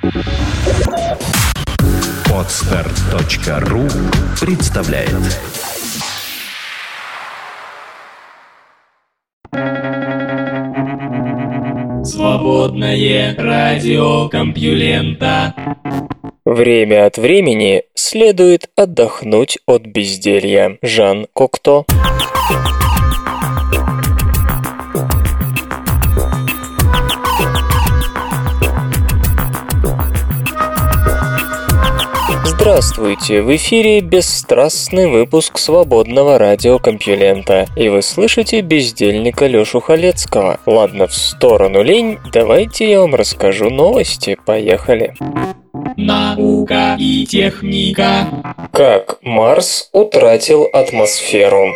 Podster.ru представляет. Свободное радио Компьюлента. Время от времени следует отдохнуть от безделья. Жан Кокто. Здравствуйте! В эфире бесстрастный выпуск свободного радио Компьюлента. И вы слышите бездельника Лёшу Халецкого. Ладно, в сторону лень, давайте я вам расскажу новости. Поехали! Наука и техника. Как Марс утратил атмосферу.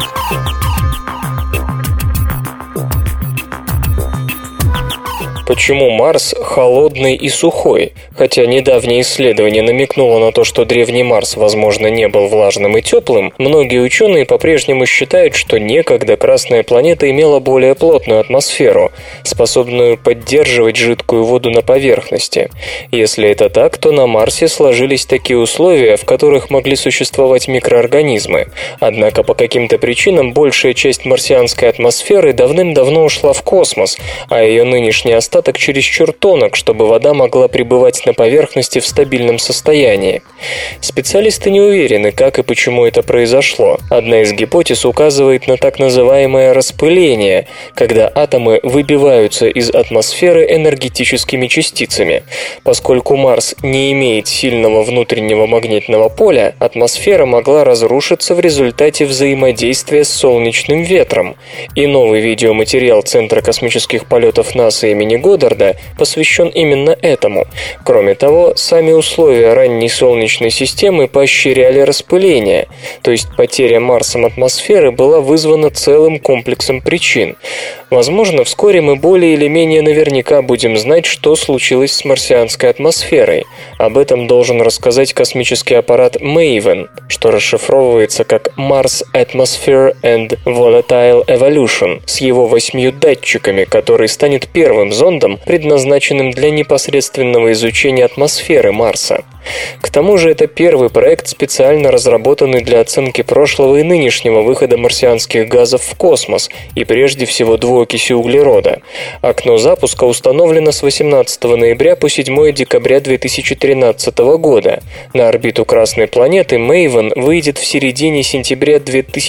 Почему Марс холодный и сухой? Хотя недавнее исследование намекнуло на то, что древний Марс, возможно, не был влажным и теплым, многие ученые по-прежнему считают, что некогда Красная планета имела более плотную атмосферу, способную поддерживать жидкую воду на поверхности. Если это так, то на Марсе сложились такие условия, в которых могли существовать микроорганизмы. Однако по каким-то причинам большая часть марсианской атмосферы давным-давно ушла в космос, а ее нынешний остаток чересчур тонок, чтобы вода могла пребывать на поверхности в стабильном состоянии. Специалисты не уверены, как и почему это произошло. Одна из гипотез указывает на так называемое распыление, когда атомы выбиваются из атмосферы энергетическими частицами. Поскольку Марс не имеет сильного внутреннего магнитного поля, атмосфера могла разрушиться в результате взаимодействия с солнечным ветром. И новый видеоматериал Центра космических полетов НАСА имени Годдарда посвящен именно этому. Кроме того, сами условия ранней Солнечной системы поощряли распыление, то есть потеря Марсом атмосферы была вызвана целым комплексом причин. Возможно, вскоре мы более или менее наверняка будем знать, что случилось с марсианской атмосферой. Об этом должен рассказать космический аппарат Maven, что расшифровывается как Mars Atmosphere and Volatile Evolution, с его 8 датчиками, который станет первым зондом, предназначенным для непосредственного изучения атмосферы Марса. К тому же это первый проект, специально разработанный для оценки прошлого и нынешнего выхода марсианских газов в космос и прежде всего двуокиси углерода. Окно запуска установлено с 18 ноября по 7 декабря 2013 года. На орбиту Красной планеты Maven выйдет в середине сентября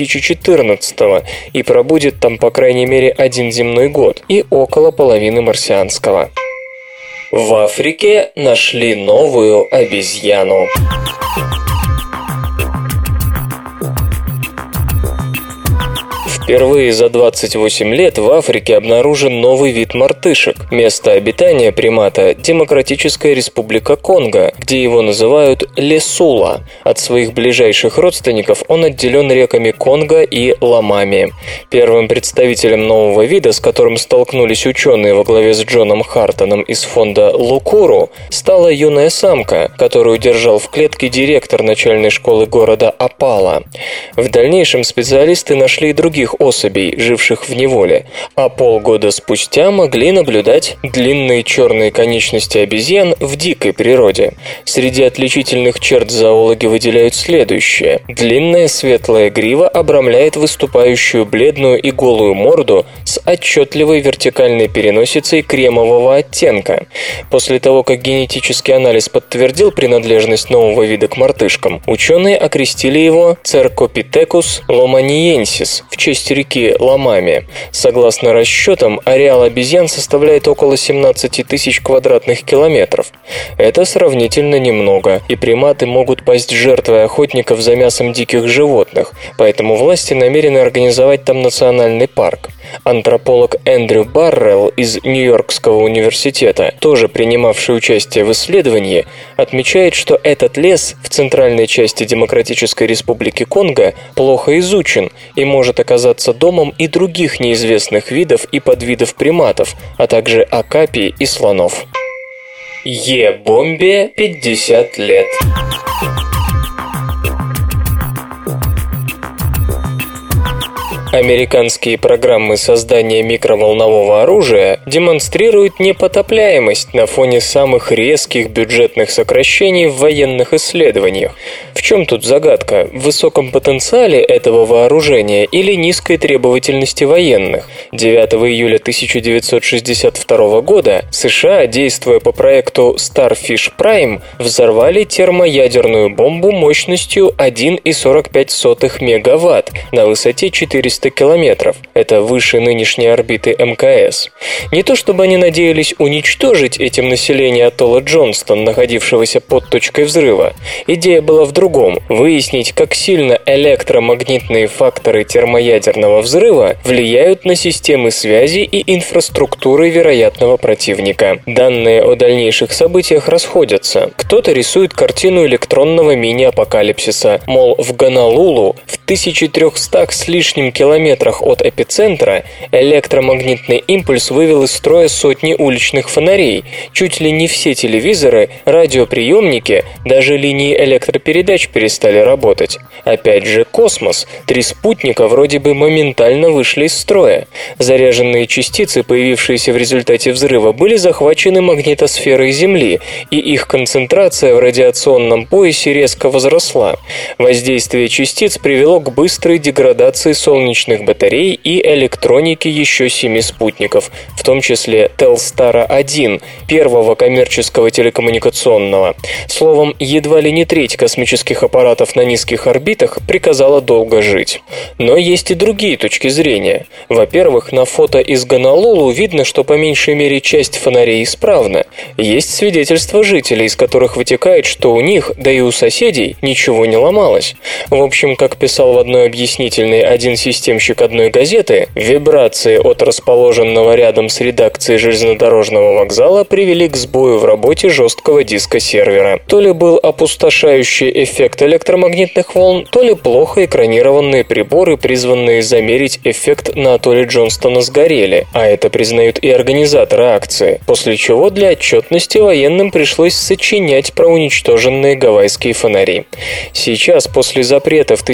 2014 и пробудет там по крайней мере один земной год и около половины марсианского. В Африке нашли новую обезьяну. Впервые за 28 лет в Африке обнаружен новый вид мартышек. Место обитания примата – Демократическая Республика Конго, где его называют лесула. От своих ближайших родственников он отделен реками Конго и Ламами. Первым представителем нового вида, с которым столкнулись ученые во главе с Джоном Хартоном из фонда Лукуру, стала юная самка, которую держал в клетке директор начальной школы города Апала. В дальнейшем специалисты нашли и других особей, живших в неволе, а полгода спустя могли наблюдать длинные черные конечности обезьян в дикой природе. Среди отличительных черт зоологи выделяют следующее. Длинная светлая грива обрамляет выступающую бледную и голую морду с отчетливой вертикальной переносицей кремового оттенка. После того, как генетический анализ подтвердил принадлежность нового вида к мартышкам, ученые окрестили его Cercopithecus lomaniensis в честь реки Ламами. Согласно расчетам, ареал обезьян составляет около 17 тысяч квадратных километров. Это сравнительно немного, и приматы могут пасть жертвой охотников за мясом диких животных, поэтому власти намерены организовать там национальный парк. Антрополог Эндрю Баррелл из Нью-Йоркского университета, тоже принимавший участие в исследовании, отмечает, что этот лес в центральной части Демократической Республики Конго плохо изучен и может оказаться домом и других неизвестных видов и подвидов приматов, а также акапий и слонов. Е-бомбе 50 лет. Американские программы создания микроволнового оружия демонстрируют непотопляемость на фоне самых резких бюджетных сокращений в военных исследованиях. В чем тут загадка? В высоком потенциале этого вооружения или низкой требовательности военных? 9 июля 1962 года США, действуя по проекту Starfish Prime, взорвали термоядерную бомбу мощностью 1,45 мегаватт на высоте 400 километров. Это выше нынешней орбиты МКС. Не то чтобы они надеялись уничтожить этим население атолла Джонстон, находившегося под точкой взрыва. Идея была в другом – выяснить, как сильно электромагнитные факторы термоядерного взрыва влияют на системы связи и инфраструктуры вероятного противника. Данные о дальнейших событиях расходятся. Кто-то рисует картину электронного мини-апокалипсиса, мол, в Гонолулу, в 1300 с лишним километрах от эпицентра, электромагнитный импульс вывел из строя сотни уличных фонарей, чуть ли не все телевизоры, радиоприемники, даже линии электропередач перестали работать. Опять же космос. 3 спутника вроде бы моментально вышли из строя. Заряженные частицы, появившиеся в результате взрыва, были захвачены магнитосферой Земли, и их концентрация в радиационном поясе резко возросла. Воздействие частиц привело к быстрой деградации солнечных батарей и электроники еще 7 спутников, в том числе Телстара-1, первого коммерческого телекоммуникационного. Словом, едва ли не треть космических аппаратов на низких орбитах приказала долго жить. Но есть и другие точки зрения. Во-первых, на фото из Гонолулу видно, что по меньшей мере часть фонарей исправна. Есть свидетельства жителей, из которых вытекает, что у них, да и у соседей, ничего не ломалось. В общем, как писал в одной объяснительной один системщик одной газеты, вибрации от расположенного рядом с редакцией железнодорожного вокзала привели к сбою в работе жесткого диска сервера. То ли был опустошающий эффект электромагнитных волн, то ли плохо экранированные приборы, призванные замерить эффект на атолле Джонстона, сгорели, а это признают и организаторы акции, после чего для отчетности военным пришлось сочинять про уничтоженные гавайские фонари. Сейчас, после запрета в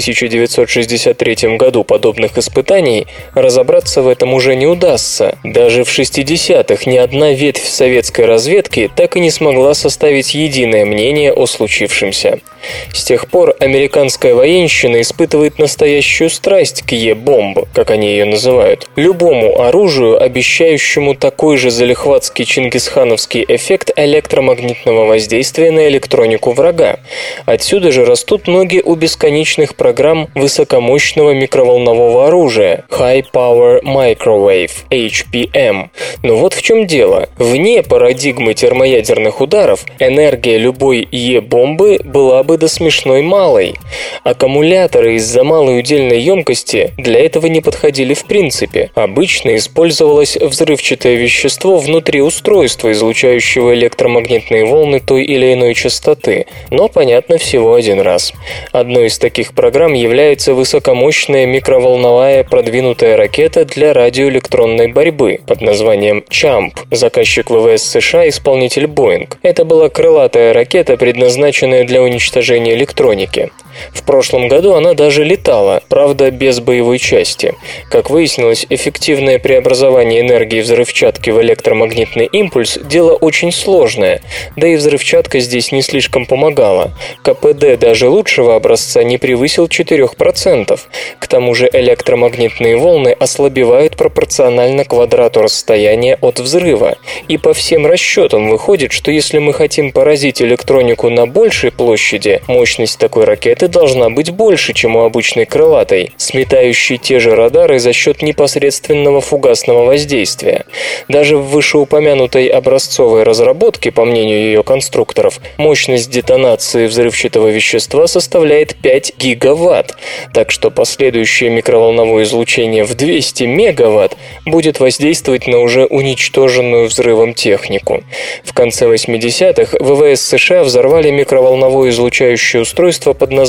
1963 году подобных испытаний, разобраться в этом уже не удастся. Даже в 60-х ни одна ветвь советской разведки так и не смогла составить единое мнение о случившемся. С тех пор американская военщина испытывает настоящую страсть к Е-бомб, как они ее называют, любому оружию, обещающему такой же залихватский чингисхановский эффект электромагнитного воздействия на электронику врага. Отсюда же растут ноги у бесконечных программ высокомощного микроволнового оружия High Power Microwave, HPM. Но вот в чем дело. Вне парадигмы термоядерных ударов энергия любой Е-бомбы была бы до смешной малой. Аккумуляторы из-за малой удельной емкости для этого не подходили в принципе. Обычно использовалось взрывчатое вещество внутри устройства, излучающего электромагнитные волны той или иной частоты, но, понятно, всего один раз. Одной из таких программ является высокомощная микроволновая продвинутая ракета для радиоэлектронной борьбы под названием CHAMP, заказчик ВВС США, исполнитель Boeing. Это была крылатая ракета, предназначенная для уничтожения электроники. В прошлом году она даже летала, правда, без боевой части. Как выяснилось, эффективное преобразование энергии взрывчатки в электромагнитный импульс – дело очень сложное, да и взрывчатка здесь не слишком помогала. КПД даже лучшего образца не превысил 4%. К тому же электромагнитные волны ослабевают пропорционально квадрату расстояния от взрыва. И по всем расчетам выходит, что если мы хотим поразить электронику на большей площади, мощность такой ракеты должна быть больше, чем у обычной крылатой, сметающей те же радары за счет непосредственного фугасного воздействия. Даже в вышеупомянутой образцовой разработке, по мнению ее конструкторов, мощность детонации взрывчатого вещества составляет 5 гигаватт, так что последующее микроволновое излучение в 200 мегаватт будет воздействовать на уже уничтоженную взрывом технику. В конце 80-х ВВС США взорвали микроволновое излучающее устройство под названием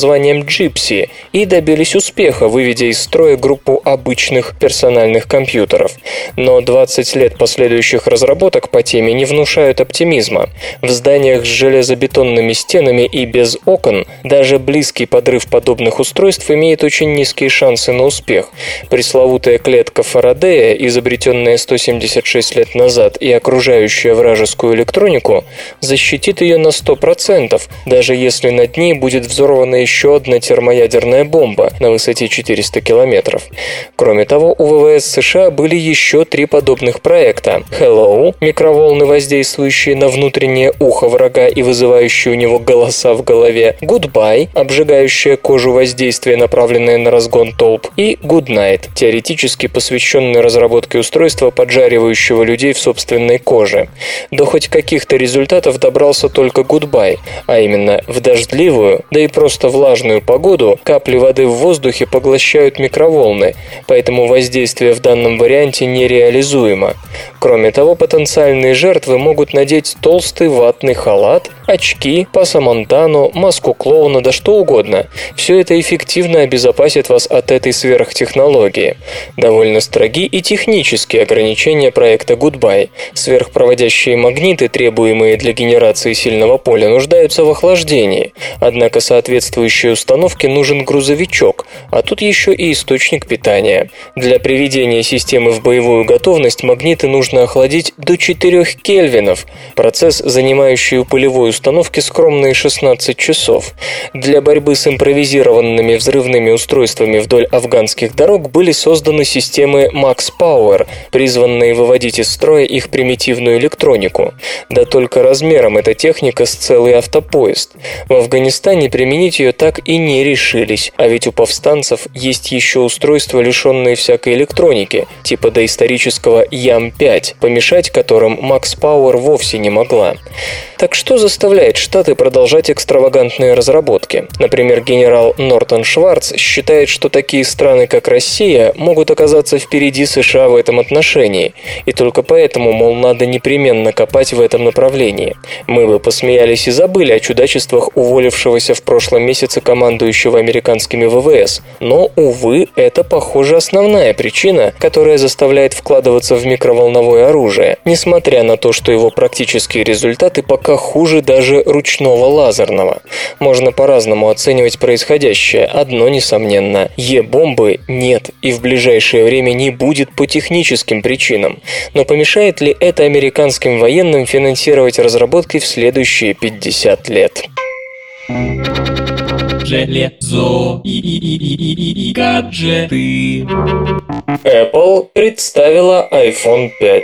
названием Gypsy и добились успеха, выведя из строя группу обычных персональных компьютеров. Но 20 лет последующих разработок по теме не внушают оптимизма. В зданиях с железобетонными стенами и без окон даже близкий подрыв подобных устройств имеет очень низкие шансы на успех. Пресловутая клетка Фарадея, изобретенная 176 лет назад и окружающая вражескую электронику, защитит ее на 100%, даже если над ней будет взорвана еще одна термоядерная бомба на высоте 400 километров. Кроме того, у ВВС США были еще 3 подобных проекта. Hello – микроволны, воздействующие на внутреннее ухо врага и вызывающие у него голоса в голове, Goodbye – обжигающее кожу воздействие, направленное на разгон толп, и Goodnight – теоретически посвященное разработке устройства, поджаривающего людей в собственной коже. До хоть каких-то результатов добрался только Goodbye, а именно в дождливую, да и просто влажную погоду капли воды в воздухе поглощают микроволны, поэтому воздействие в данном варианте нереализуемо. Кроме того, потенциальные жертвы могут надеть толстый ватный халат, очки, пасамонтану, маску клоуна, да что угодно. Все это эффективно обезопасит вас от этой сверхтехнологии. Довольно строги и технические ограничения проекта Goodbye. Сверхпроводящие магниты, требуемые для генерации сильного поля, нуждаются в охлаждении. Однако соответствующей установке нужен грузовичок, а тут еще и источник питания. Для приведения системы в боевую готовность магниты нужно охладить до 4 кельвинов, процесс, занимающий у полевой установки скромные 16 часов. Для борьбы с импровизированными взрывными устройствами вдоль афганских дорог были созданы системы Max Power, призванные выводить из строя их примитивную электронику. Да только размером эта техника с целый автопоезд. В Афганистане применить ее так и не решились, а ведь у повстанцев есть еще устройства, лишенные всякой электроники, типа доисторического Ям-5, помешать которым Max Power вовсе не могла. Так что заставляет Штаты продолжать экстравагантные разработки? Например, генерал Нортон Шварц считает, что такие страны, как Россия, могут оказаться впереди США в этом отношении, и только поэтому, мол, надо непременно копать в этом направлении. Мы бы посмеялись и забыли о чудачествах уволившегося в прошлом месяце командующего американскими ВВС, но, увы, это, похоже, основная причина, которая заставляет вкладываться в микроволновое оружие, несмотря на то, что его практические результаты пока хуже даже ручного лазерного. Можно по-разному оценивать происходящее, одно несомненно – Е-бомбы нет и в ближайшее время не будет по техническим причинам. Но помешает ли это американским военным финансировать разработки в следующие 50 лет? Железо и гаджеты. Apple представила iPhone 5.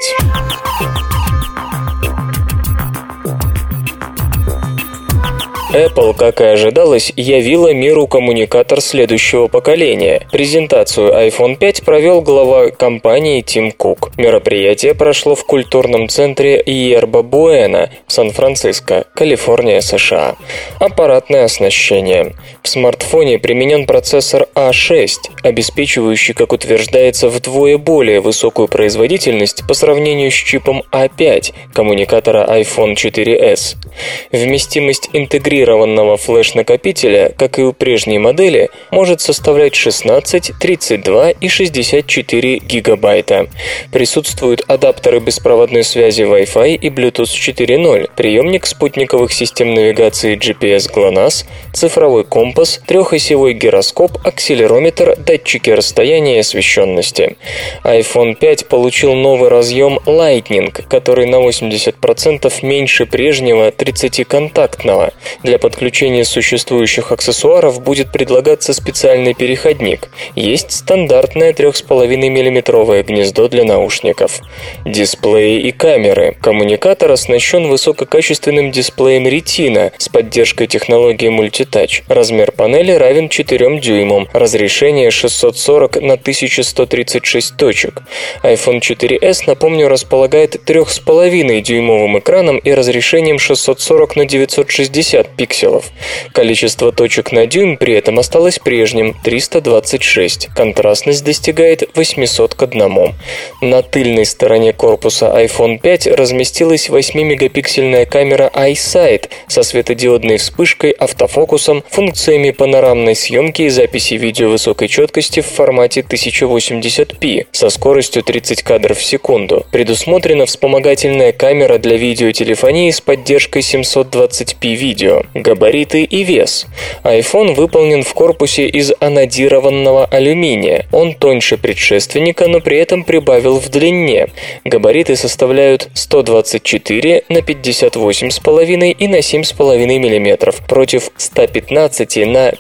Apple, как и ожидалось, явила миру коммуникатор следующего поколения. Презентацию iPhone 5 провел глава компании Тим Кук. Мероприятие прошло в культурном центре Йерба-Буэна в Сан-Франциско, Калифорния, США. Аппаратное оснащение. В смартфоне применен процессор A6, обеспечивающий, как утверждается, вдвое более высокую производительность по сравнению с чипом A5 коммуникатора iPhone 4s. Вместимость интегрированного флеш-накопителя, как и у прежней модели, может составлять 16, 32 и 64 гигабайта. Присутствуют адаптеры беспроводной связи Wi-Fi и Bluetooth 4.0, приемник спутниковых систем навигации GPS GLONASS, цифровой компас, трехосевой гироскоп, акселерометр, датчики расстояния и освещенности. iPhone 5 получил новый разъем Lightning, который на 80% меньше прежнего 30-контактного. Для подключения существующих аксессуаров будет предлагаться специальный переходник. Есть стандартное 3,5-мм гнездо для наушников. Дисплеи и камеры. Коммуникатор оснащен высококачественным дисплеем Retina с поддержкой технологии Multitouch. Размер панели равен 4 дюймам. Разрешение 640 на 1136 точек. iPhone 4s, напомню, располагает 3,5-дюймовым экраном и разрешением 640 на 960 мегапикселов. Количество точек на дюйм при этом осталось прежним – 326. Контрастность достигает 800 к 1. На тыльной стороне корпуса iPhone 5 разместилась 8-мегапиксельная камера iSight со светодиодной вспышкой, автофокусом, функциями панорамной съемки и записи видео высокой четкости в формате 1080p со скоростью 30 кадров в секунду. Предусмотрена вспомогательная камера для видеотелефонии с поддержкой 720p видео. Габариты и вес. iPhone выполнен в корпусе из анодированного алюминия. Он тоньше предшественника, но при этом прибавил в длине. Габариты составляют 124 на 58,5 и на 7,5 мм против 115 на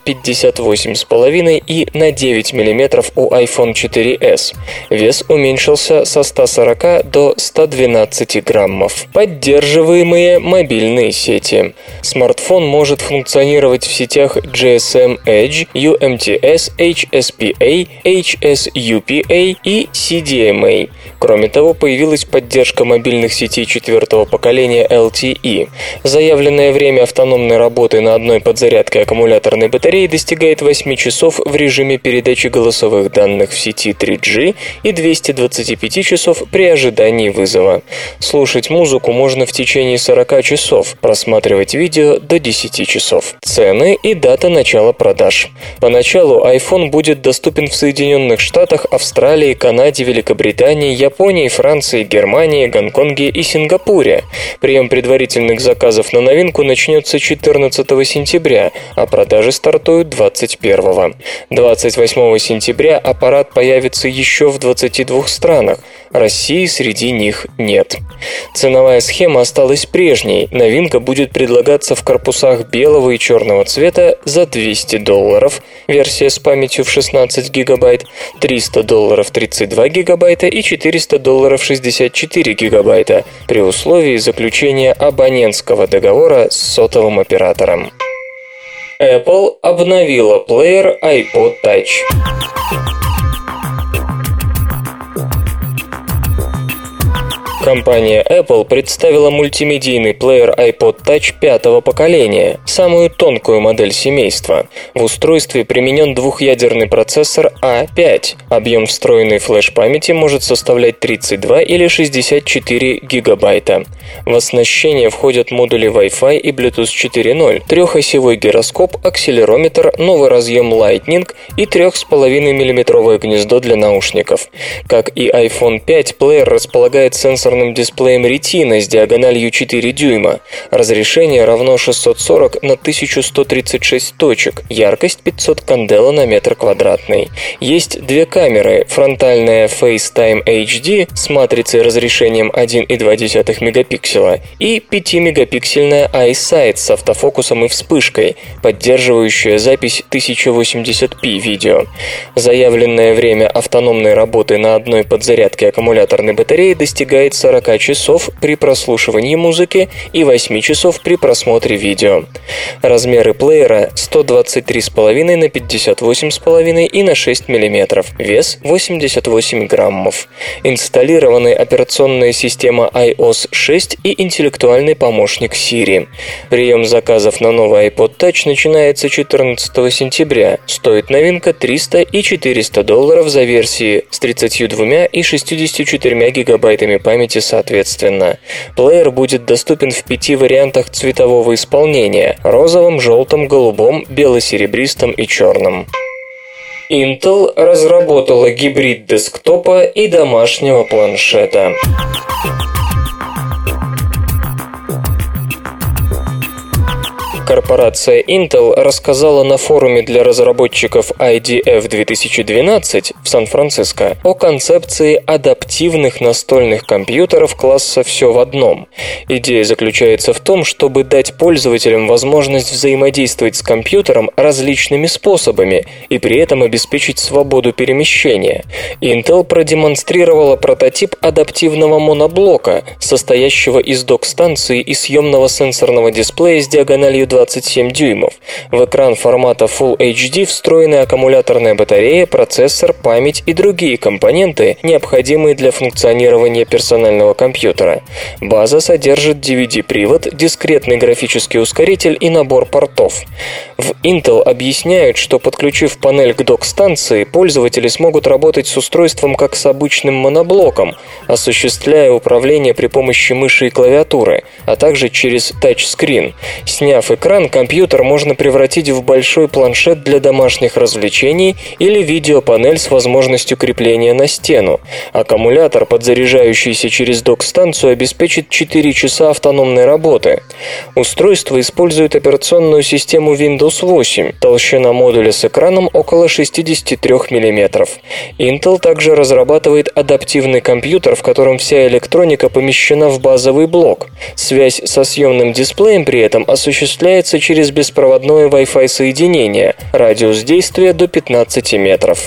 58,5 и на 9 мм у iPhone 4s. Вес уменьшился со 140 до 112 граммов. Поддерживаемые мобильные сети. Смартфон может функционировать в сетях GSM Edge, UMTS, HSPA, HSUPA и CDMA. Кроме того, появилась поддержка мобильных сетей четвертого поколения LTE. Заявленное время автономной работы на одной подзарядке аккумуляторной батареи достигает 8 часов в режиме передачи голосовых данных в сети 3G и 225 часов при ожидании вызова. Слушать музыку можно в течение 40 часов, просматривать видео до 10 часов. Цены и дата начала продаж. Поначалу iPhone будет доступен в Соединенных Штатах, Австралии, Канаде, Великобритании, Японии, Франции, Германии, Гонконге и Сингапуре. Прием предварительных заказов на новинку начнется 14 сентября, а продажи стартуют 21. 28 сентября аппарат появится еще в 22 странах. России среди них нет. Ценовая схема осталась прежней. Новинка будет предлагаться в корпусах белого и черного цвета за $200, версия с памятью в 16 гигабайт, $300 32 гигабайта и $400 64 гигабайта при условии заключения абонентского договора с сотовым оператором. Apple обновила плеер iPod Touch. Компания Apple представила мультимедийный плеер iPod Touch 5-го поколения, самую тонкую модель семейства. В устройстве применен двухъядерный процессор A5. Объем встроенной флеш-памяти может составлять 32 или 64 гигабайта. В оснащение входят модули Wi-Fi и Bluetooth 4.0, трехосевой гироскоп, акселерометр, новый разъем Lightning и 3,5-мм гнездо для наушников. Как и iPhone 5, плеер располагает сенсорным дисплеем Retina с диагональю 4 дюйма. Разрешение равно 640 на 1136 точек, яркость 500 кандела на метр квадратный. Есть две камеры: фронтальная FaceTime HD с матрицей разрешением 1,2 мегапикселя и 5-мегапиксельная iSight с автофокусом и вспышкой, поддерживающая запись 1080p видео. Заявленное время автономной работы на одной подзарядке аккумуляторной батареи достигает 40 часов при прослушивании музыки и 8 часов при просмотре видео. Размеры плеера 123,5 на 58,5 и на 6 мм, вес 88 граммов. Инсталлированы операционная система iOS 6 и интеллектуальный помощник Siri. Прием заказов на новый iPod Touch начинается 14 сентября. Стоит новинка $300 и $400 за версии с 32 и 64 гигабайтами памяти соответственно. Плеер будет доступен в 5 вариантах цветового исполнения: розовом, желтом, голубом, бело-серебристом и черном. Intel разработала гибрид десктопа и домашнего планшета. Корпорация Intel рассказала на форуме для разработчиков IDF 2012 в Сан-Франциско о концепции адаптивных настольных компьютеров класса «все в одном». Идея заключается в том, чтобы дать пользователям возможность взаимодействовать с компьютером различными способами и при этом обеспечить свободу перемещения. Intel продемонстрировала прототип адаптивного моноблока, состоящего из док-станции и съемного сенсорного дисплея с диагональю 2 27 дюймов. В экран формата Full HD встроены аккумуляторная батарея, процессор, память и другие компоненты, необходимые для функционирования персонального компьютера. База содержит DVD-привод, дискретный графический ускоритель и набор портов. В Intel объясняют, что подключив панель к док-станции, пользователи смогут работать с устройством как с обычным моноблоком, осуществляя управление при помощи мыши и клавиатуры, а также через тачскрин. Сняв экран, компьютер можно превратить в большой планшет для домашних развлечений или видеопанель с возможностью крепления на стену. Аккумулятор, подзаряжающийся через док-станцию, обеспечит 4 часа автономной работы. Устройство использует операционную систему Windows 8, толщина модуля с экраном около 63 мм. Intel также разрабатывает адаптивный компьютер, в котором вся электроника помещена в базовый блок. Связь со съемным дисплеем при этом осуществляется через беспроводное Wi-Fi соединение, радиус действия до 15 метров.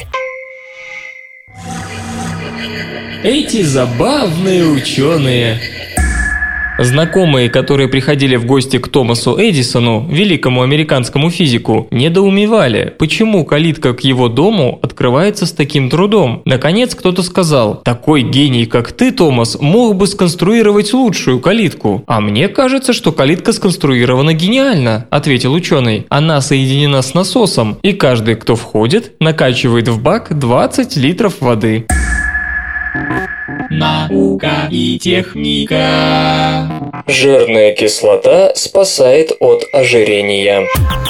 Эти забавные ученые. Знакомые, которые приходили в гости к Томасу Эдисону, великому американскому физику, недоумевали, почему калитка к его дому открывается с таким трудом. Наконец кто-то сказал: «Такой гений, как ты, Томас, мог бы сконструировать лучшую калитку». «А мне кажется, что калитка сконструирована гениально», – ответил ученый. «Она соединена с насосом, и каждый, кто входит, накачивает в бак 20 литров воды». Наука и техника. Жирная кислота спасает от ожирения.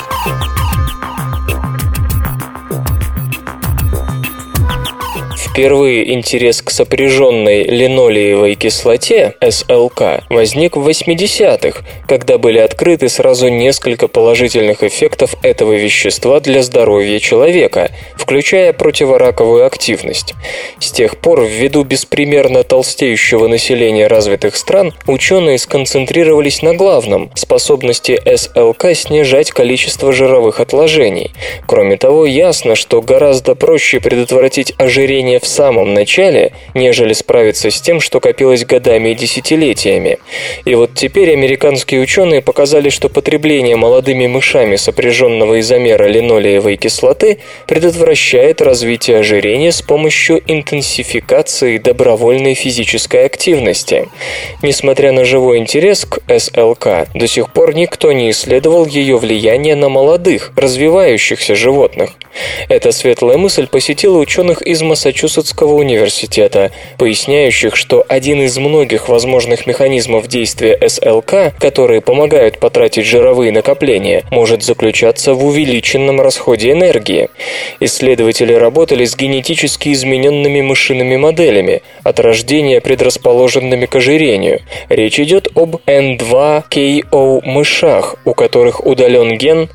Впервые интерес к сопряженной линолеевой кислоте, СЛК, возник в 80-х, когда были открыты сразу несколько положительных эффектов этого вещества для здоровья человека, включая противораковую активность. С тех пор, ввиду беспримерно толстеющего населения развитых стран, ученые сконцентрировались на главном – способности СЛК снижать количество жировых отложений. Кроме того, ясно, что гораздо проще предотвратить ожирение в самом начале, нежели справиться с тем, что копилось годами и десятилетиями. И вот теперь американские ученые показали, что потребление молодыми мышами сопряженного изомера линолеевой кислоты предотвращает развитие ожирения с помощью интенсификации добровольной физической активности. Несмотря на живой интерес к СЛК, до сих пор никто не исследовал ее влияние на молодых, развивающихся животных. Эта светлая мысль посетила ученых из Массачусетского университета, поясняющих, что один из многих возможных механизмов действия СЛК, которые помогают потратить жировые накопления, может заключаться в увеличенном расходе энергии. Исследователи работали с генетически измененными мышиными моделями, от рождения предрасположенными к ожирению. Речь идет об N2KO мышах, у которых удален ген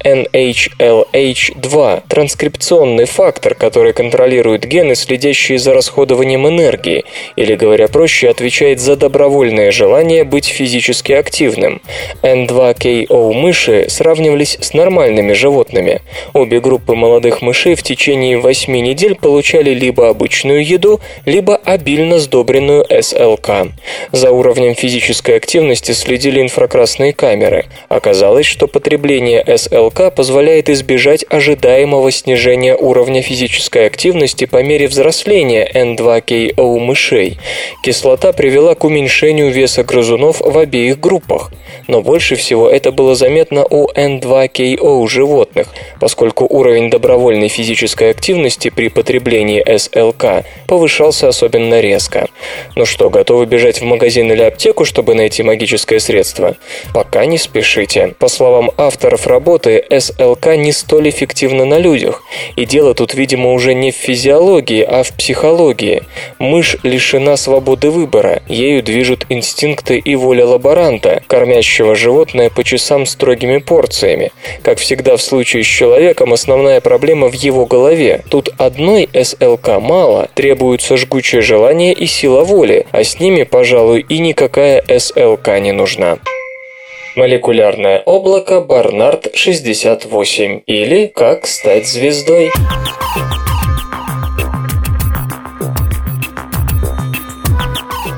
NHLH2, транскрипционный фактор, который контролирует гены, следящие за расходованием энергии, или, говоря проще, отвечает за добровольное желание быть физически активным. N2KO мыши сравнивались с нормальными животными. Обе группы молодых мышей в течение 8 недель получали либо обычную еду, либо обильно сдобренную СЛК. За уровнем физической активности следили инфракрасные камеры. Оказалось, что потребление СЛК позволяет избежать ожидаемого снижения уровня физической активности по мере взросления N2KO мышей. Кислота привела к уменьшению веса грызунов в обеих группах. Но больше всего это было заметно у N2KO животных, поскольку уровень добровольной физической активности при потреблении СЛК повышался особенно резко. Ну что, готовы бежать в магазин или аптеку, чтобы найти магическое средство? Пока не спешите. По словам авторов работы, СЛК не столь эффективна на людях. И дело тут, видимо, уже не в физиологии, а в психологии. Мышь лишена свободы выбора. Ею движут инстинкты и воля лаборанта, кормящего животное по часам строгими порциями. Как всегда в случае с человеком, основная проблема в его голове. Тут одной СЛК мало, требуется жгучее желание и сила воли, а с ними, пожалуй, и никакая СЛК не нужна. Молекулярное облако Барнард-68 или «Как стать звездой».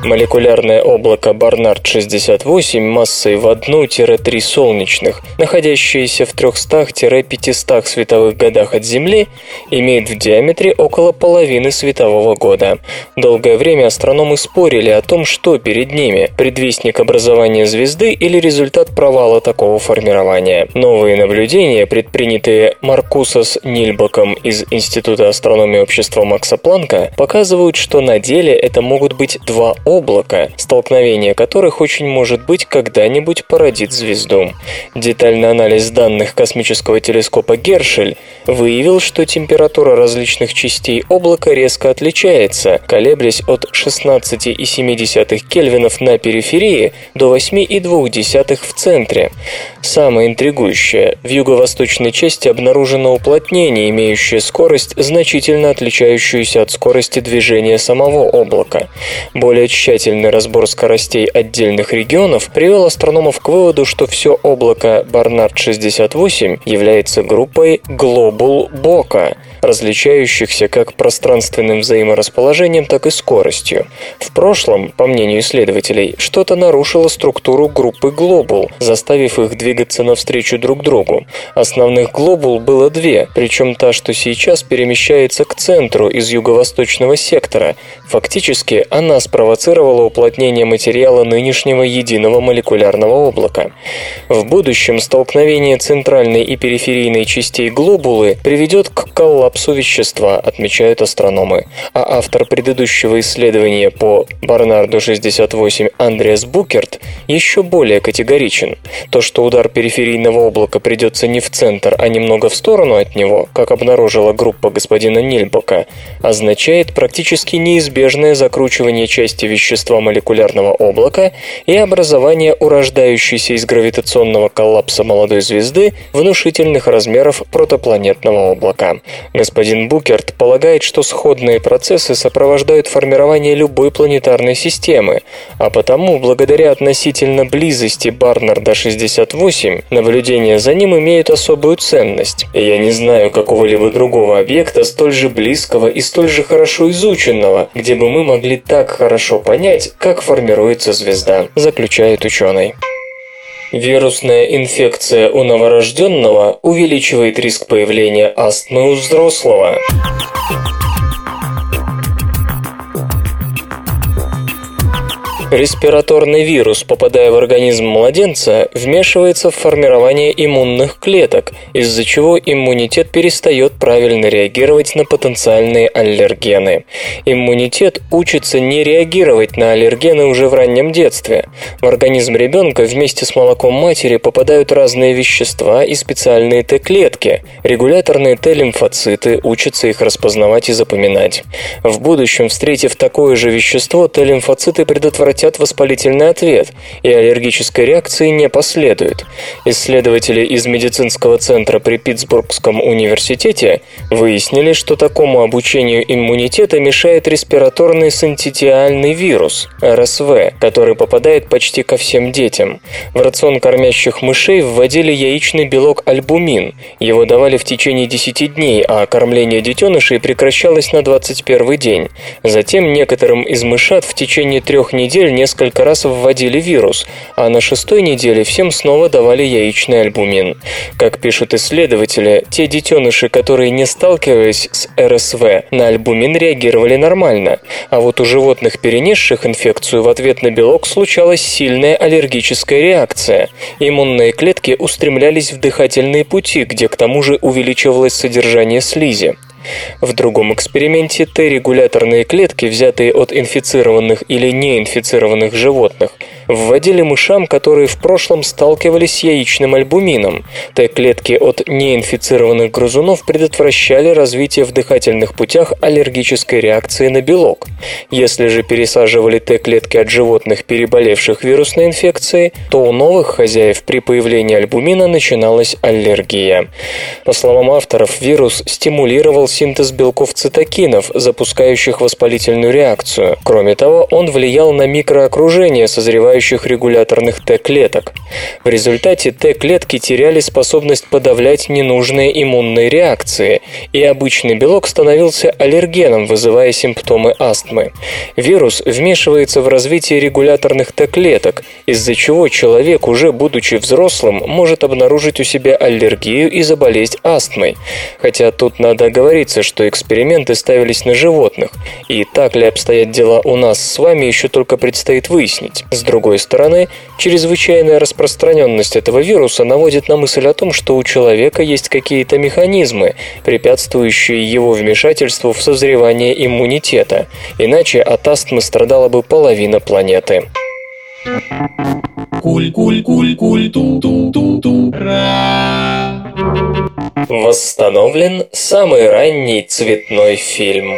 Молекулярное облако Барнард-68 массой в 1-3 солнечных, находящееся в 300-500 световых годах от Земли, имеет в диаметре около половины светового года. Долгое время астрономы спорили о том, что перед ними – предвестник образования звезды или результат провала такого формирования. Новые наблюдения, предпринятые Маркусом Нильбеком из Института астрономии общества Макса Планка, показывают, что на деле это могут быть два облака, столкновение которых очень может быть когда-нибудь породит звезду. Детальный анализ данных космического телескопа Гершель выявил, что температура различных частей облака резко отличается, колеблясь от 16,7 кельвинов на периферии до 8,2 в центре. Самое интригующее – в юго-восточной части обнаружено уплотнение, имеющее скорость, значительно отличающуюся от скорости движения самого облака. Более тщательный разбор скоростей отдельных регионов привел астрономов к выводу, что все облако Барнард-68 является группой Глобул-Бока, различающихся как пространственным взаиморасположением, так и скоростью. В прошлом, по мнению исследователей, что-то нарушило структуру группы глобул, заставив их двигаться навстречу друг другу. Основных глобул было две, причем та, что сейчас перемещается к центру из юго-восточного сектора. Фактически, она спровоцировала уплотнение материала нынешнего единого молекулярного облака. В будущем столкновение центральной и периферийной частей глобулы приведет к коллапсу вещества, отмечают астрономы. А автор предыдущего исследования по Барнарду-68 Андреас Букерт еще более категоричен. То, что удар периферийного облака придется не в центр, а немного в сторону от него, как обнаружила группа господина Нильбека, означает практически неизбежное закручивание части вещества молекулярного облака и образование урождающейся из гравитационного коллапса молодой звезды внушительных размеров протопланетного облака. Господин Букерт полагает, что сходные процессы сопровождают формирование любой планетарной системы, а потому, благодаря относительно близости Барнарда-68, наблюдения за ним имеют особую ценность. И я не знаю какого-либо другого объекта, столь же близкого и столь же хорошо изученного, где бы мы могли так хорошо понять, как формируется звезда, заключает ученый. Вирусная инфекция у новорожденного увеличивает риск появления астмы у взрослого. Респираторный вирус, попадая в организм младенца, вмешивается в формирование иммунных клеток, из-за чего иммунитет перестает правильно реагировать на потенциальные аллергены. Иммунитет учится не реагировать на аллергены уже в раннем детстве. В организм ребенка вместе с молоком матери попадают разные вещества и специальные Т-клетки. Регуляторные Т-лимфоциты учатся их распознавать и запоминать. В будущем, встретив такое же вещество, Т-лимфоциты предотвратят воспалительный ответ, и аллергической реакции не последует. Исследователи из медицинского центра при Питтсбургском университете выяснили, что такому обучению иммунитета мешает респираторный синцитиальный вирус, РСВ, который попадает почти ко всем детям. В рацион кормящих мышей вводили яичный белок альбумин. Его давали в течение 10 дней, а кормление детенышей прекращалось на 21-й день. Затем некоторым из мышат в течение 3 недель несколько раз вводили вирус, а на 6-й неделе всем снова давали яичный альбумин. Как пишут исследователи, те детеныши, которые не сталкивались с РСВ, на альбумин реагировали нормально, а вот у животных, перенесших инфекцию, в ответ на белок случалась сильная аллергическая реакция. Иммунные клетки устремлялись в дыхательные пути, где к тому же увеличивалось содержание слизи. В другом эксперименте Т-регуляторные клетки, взятые от инфицированных или неинфицированных животных, вводили мышам, которые в прошлом сталкивались с яичным альбумином. Т-клетки от неинфицированных грызунов предотвращали развитие в дыхательных путях аллергической реакции на белок. Если же пересаживали Т-клетки от животных, переболевших вирусной инфекцией, то у новых хозяев при появлении альбумина начиналась аллергия. По словам авторов, вирус стимулировал синтез белков цитокинов, запускающих воспалительную реакцию. Кроме того, он влиял на микроокружение созревающих регуляторных Т-клеток. В результате Т-клетки теряли способность подавлять ненужные иммунные реакции, и обычный белок становился аллергеном, вызывая симптомы астмы. Вирус вмешивается в развитие регуляторных Т-клеток, из-за чего человек, уже будучи взрослым, может обнаружить у себя аллергию и заболеть астмой. Хотя тут надо оговориться, что эксперименты ставились на животных, и так ли обстоят дела у нас с вами, еще только предстоит выяснить. С другой стороны, чрезвычайная распространенность этого вируса наводит на мысль о том, что у человека есть какие-то механизмы, препятствующие его вмешательству в созревание иммунитета, иначе от астмы страдала бы половина планеты. Восстановлен самый ранний цветной фильм.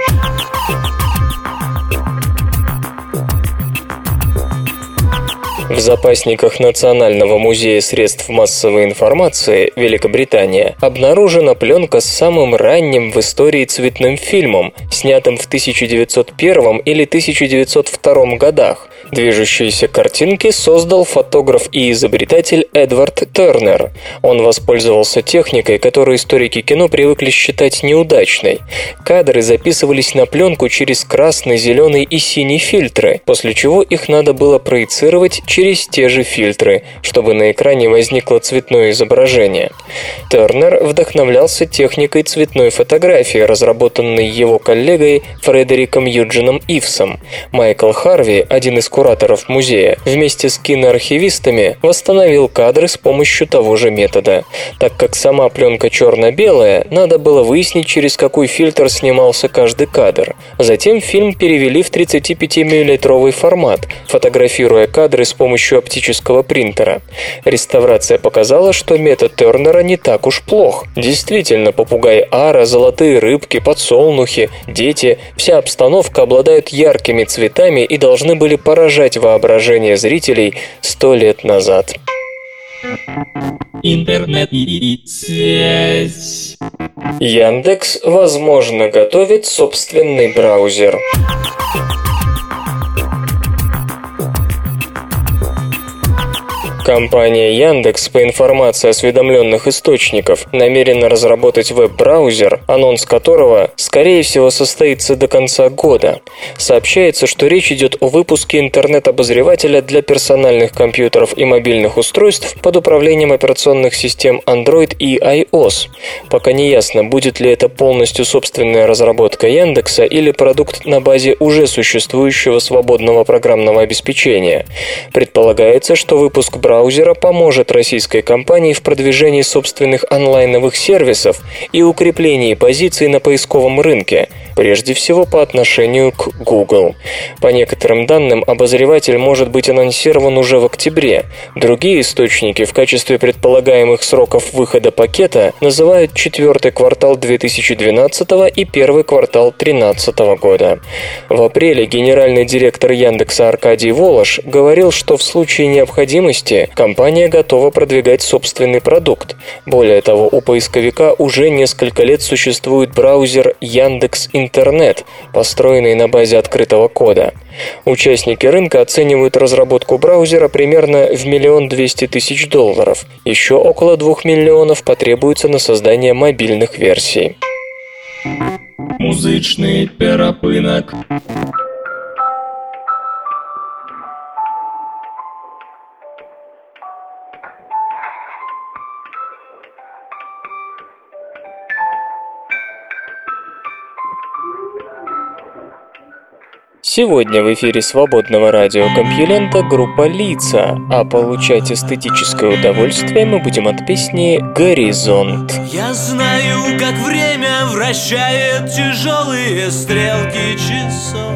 В запасниках Национального музея средств массовой информации Великобритания обнаружена пленка с самым ранним в истории цветным фильмом, снятым в 1901 или 1902 годах. Движущиеся картинки создал фотограф и изобретатель Эдвард Тернер. Он воспользовался техникой, которую историки кино привыкли считать неудачной. Кадры записывались на пленку через красный, зеленый и синий фильтры, после чего их надо было проецировать через те же фильтры, чтобы на экране возникло цветное изображение. Тернер вдохновлялся техникой цветной фотографии, разработанной его коллегой Фредериком Юджином Ивсом. Майкл Харви, один из кураторов музея, вместе с киноархивистами восстановил кадры с помощью того же метода. Так как сама пленка черно-белая, надо было выяснить, через какой фильтр снимался каждый кадр. Затем фильм перевели в 35-мм формат, фотографируя кадры с помощью оптического принтера. Реставрация показала, что метод Тернера не так уж плох. Действительно, попугай Ара, золотые рыбки, подсолнухи, дети – вся обстановка обладают яркими цветами и должны были поражать воображение зрителей 100 лет назад. Интернет и связь. Яндекс, возможно, готовит собственный браузер. Компания Яндекс, по информации осведомленных источников, намерена разработать веб-браузер, анонс которого, скорее всего, состоится до конца года. Сообщается, что речь идет о выпуске интернет-обозревателя для персональных компьютеров и мобильных устройств под управлением операционных систем Android и iOS. Пока не ясно, будет ли это полностью собственная разработка Яндекса или продукт на базе уже существующего свободного программного обеспечения. Предполагается, что выпуск браузера поможет российской компании в продвижении собственных онлайновых сервисов и укреплении позиций на поисковом рынке, прежде всего по отношению к Google. По некоторым данным, обозреватель может быть анонсирован уже в октябре. Другие источники в качестве предполагаемых сроков выхода пакета называют 4-й квартал 2012 и 1-й квартал 2013 года. В апреле генеральный директор Яндекса Аркадий Волош говорил, что в случае необходимости компания готова продвигать собственный продукт. Более того, у поисковика уже несколько лет существует браузер Яндекс.Интернет, построенный на базе открытого кода. Участники рынка оценивают разработку браузера примерно в $1 200 000. Еще около 2 миллионов потребуется на создание мобильных версий. Музычный перапынок. Сегодня в эфире свободного радиокомпьюлента группа «Лица», а получать эстетическое удовольствие мы будем от песни «Горизонт». Я знаю, как время вращает тяжелые стрелки часов,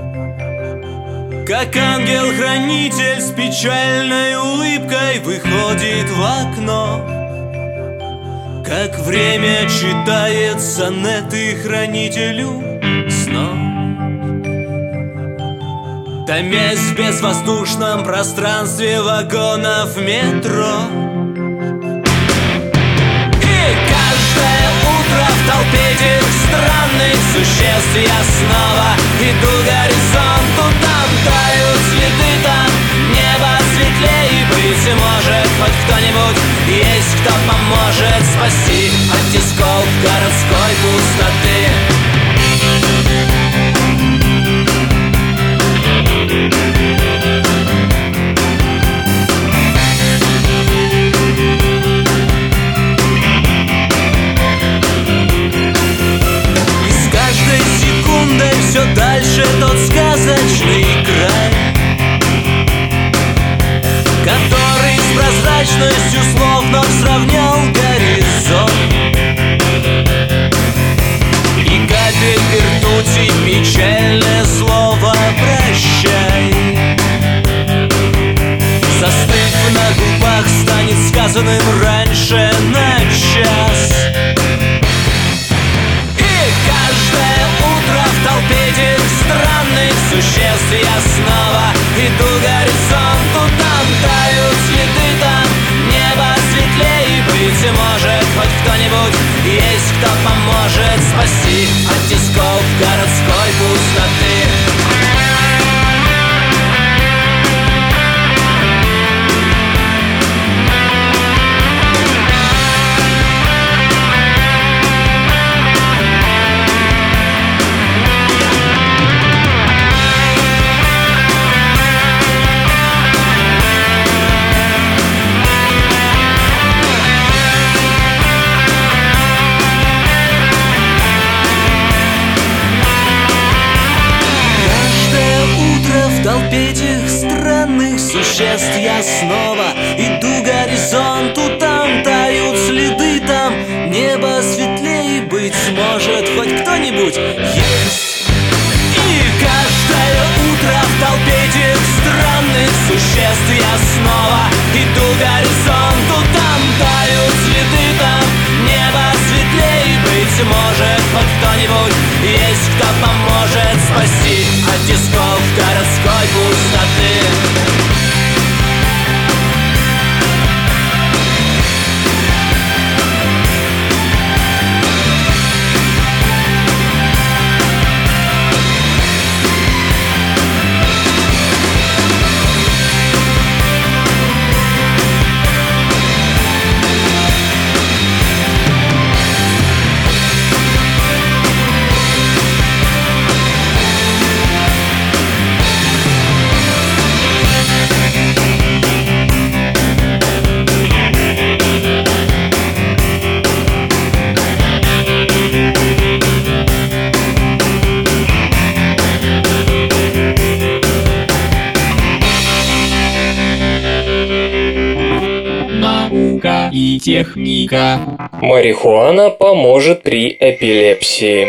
как ангел-хранитель с печальной улыбкой выходит в окно, как время читает сонеты хранителю снов, томясь в безвоздушном пространстве вагонов метро. И каждое утро в толпе этих стран существ я снова иду к горизонту. Там тают следы, там небо светлее. Быть может, хоть кто-нибудь есть, кто поможет спасти от тисков городской пустоты. Все дальше тот сказочный край, который с прозрачностью слов вновь сравнял горизонт. И капель ртути печальное слово «прощай», застыв на губах, станет сказанным раньше на час. В толпе этих странных существ я снова иду к горизонту. Там тают следы, там небо светлее. Быть может, хоть кто-нибудь есть, кто поможет спасти от тисков городской пустоты. Существ я снова иду к горизонту. Там тают следы, там небо светлее. Быть может, хоть кто-нибудь есть. И каждое утро в толпе этих странных существ я снова иду к горизонту. Там тают следы, там небо светлее. Быть может, хоть кто-нибудь есть, кто поможет спасти от тисков городской пустоты. И техника. Марихуана поможет при эпилепсии.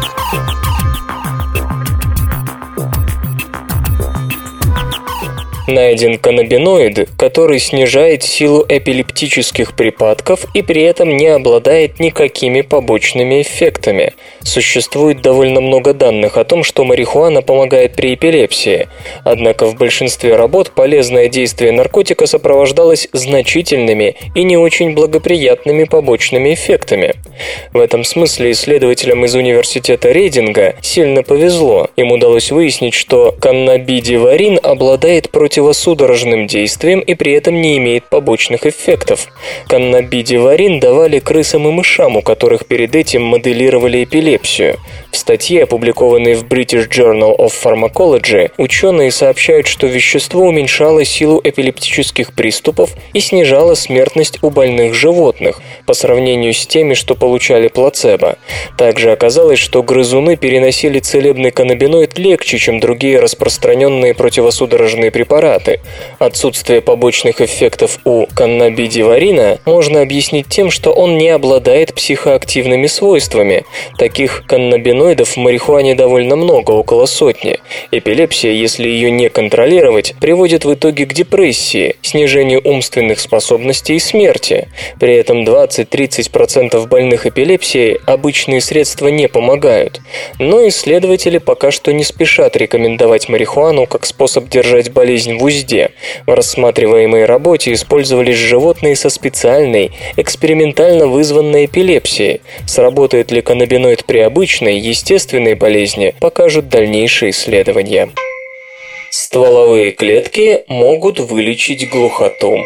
Найден каннабиноид, который снижает силу эпилептических припадков и при этом не обладает никакими побочными эффектами. Существует довольно много данных о том, что марихуана помогает при эпилепсии, однако в большинстве работ полезное действие наркотика сопровождалось значительными и не очень благоприятными побочными эффектами. В этом смысле исследователям из университета Рейдинга сильно повезло. Им удалось выяснить, что каннабидиварин обладает противосудорожным действием и при этом не имеет побочных эффектов. Каннабидиварин давали крысам и мышам, у которых перед этим моделировали эпилепсию. В статье, опубликованной в British Journal of Pharmacology, ученые сообщают, что вещество уменьшало силу эпилептических приступов и снижало смертность у больных животных по сравнению с теми, что получали плацебо. Также оказалось, что грызуны переносили целебный каннабиноид легче, чем другие распространенные противосудорожные препараты. Отсутствие побочных эффектов у каннабидиварина можно объяснить тем, что он не обладает психоактивными свойствами. Таких каннабиноидов в марихуане довольно много, около сотни. Эпилепсия, если ее не контролировать, приводит в итоге к депрессии, снижению умственных способностей и смерти. При этом 20-30% больных эпилепсией обычные средства не помогают. Но исследователи пока что не спешат рекомендовать марихуану как способ держать болезнь в узде. В рассматриваемой работе использовались животные со специальной, экспериментально вызванной эпилепсией. Сработает ли каннабиноид при обычной, естественной болезни, покажут дальнейшие исследования. Стволовые клетки могут вылечить глухоту.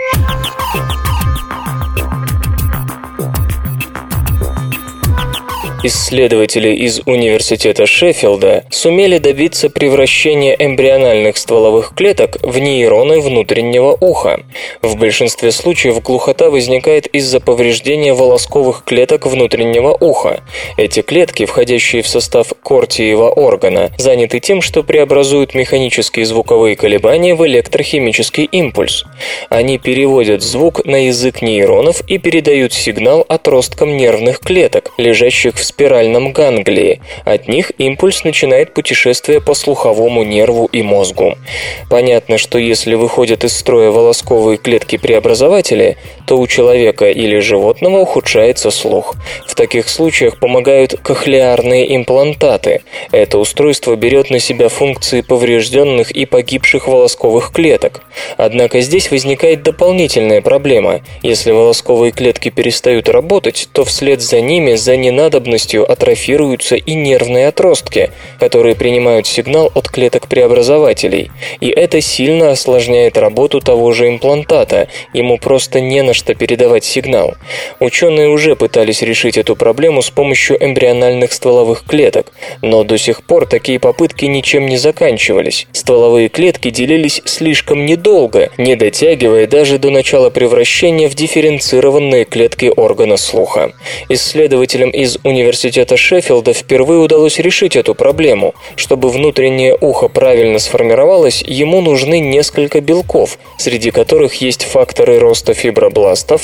Исследователи из Университета Шеффилда сумели добиться превращения эмбриональных стволовых клеток в нейроны внутреннего уха. В большинстве случаев глухота возникает из-за повреждения волосковых клеток внутреннего уха. Эти клетки, входящие в состав кортиевого органа, заняты тем, что преобразуют механические звуковые колебания в электрохимический импульс. Они переводят звук на язык нейронов и передают сигнал отросткам нервных клеток, лежащих в спиральном ганглии. От них импульс начинает путешествие по слуховому нерву и мозгу. Понятно, что если выходят из строя волосковые клетки-преобразователи, то у человека или животного ухудшается слух. В таких случаях помогают кохлеарные имплантаты. Это устройство берет на себя функции поврежденных и погибших волосковых клеток. Однако здесь возникает дополнительная проблема. Если волосковые клетки перестают работать, то вслед за ними за ненадобностью атрофируются и нервные отростки, которые принимают сигнал от клеток-преобразователей. И это сильно осложняет работу того же имплантата, ему просто не на что передавать сигнал. Ученые уже пытались решить эту проблему с помощью эмбриональных стволовых клеток, но до сих пор такие попытки ничем не заканчивались. Стволовые клетки делились слишком недолго, не дотягивая даже до начала превращения в дифференцированные клетки органа слуха. Исследователям из Университета Шеффилда впервые удалось решить эту проблему. Чтобы внутреннее ухо правильно сформировалось, ему нужны несколько белков, среди которых есть факторы роста фибробластов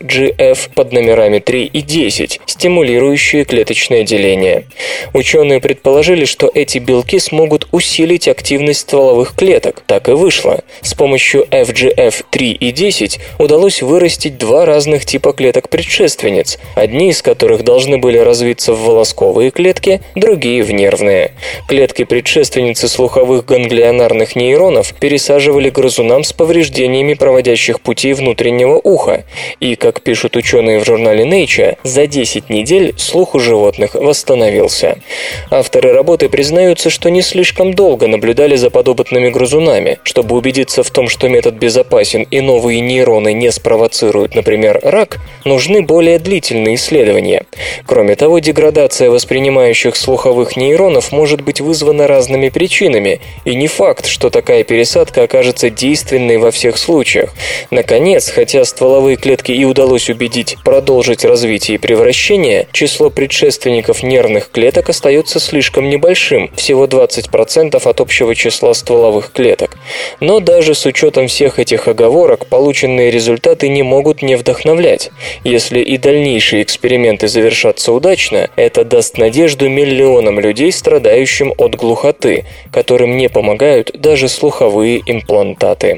FGF под номерами 3 и 10, стимулирующие клеточное деление. Ученые предположили, что эти белки смогут усилить активность стволовых клеток. Так и вышло. С помощью FGF3 и 10 удалось вырастить два разных типа клеток-предшественниц, одни из которых должны были развиться в волосковые клетки, другие в нервные. Клетки-предшественницы слуховых ганглионарных нейронов пересаживали грызунам с повреждениями проводящих путей внутреннего уха, и, как пишут ученые в журнале Nature, за 10 недель слух у животных восстановился. Авторы работы признаются, что не слишком долго наблюдали за подопытными грызунами. Чтобы убедиться в том, что метод безопасен и новые нейроны не спровоцируют, например, рак, нужны более длительные исследования. Кроме того, деградация воспринимающих слуховых нейронов может быть вызвана разными причинами, и не факт, что такая пересадка окажется действенной во всех случаях. Наконец, хотя стволовые клетки и удалось убедить продолжить развитие и превращение, число предшественников нервных клеток остается слишком небольшим, всего 20% от общего числа стволовых клеток. Но даже с учетом всех этих оговорок, полученные результаты не могут не вдохновлять. Если и дальнейшие эксперименты завершатся удачно, это даст надежду миллионам людей, страдающим от глухоты, которым не помогают даже слуховые имплантаты.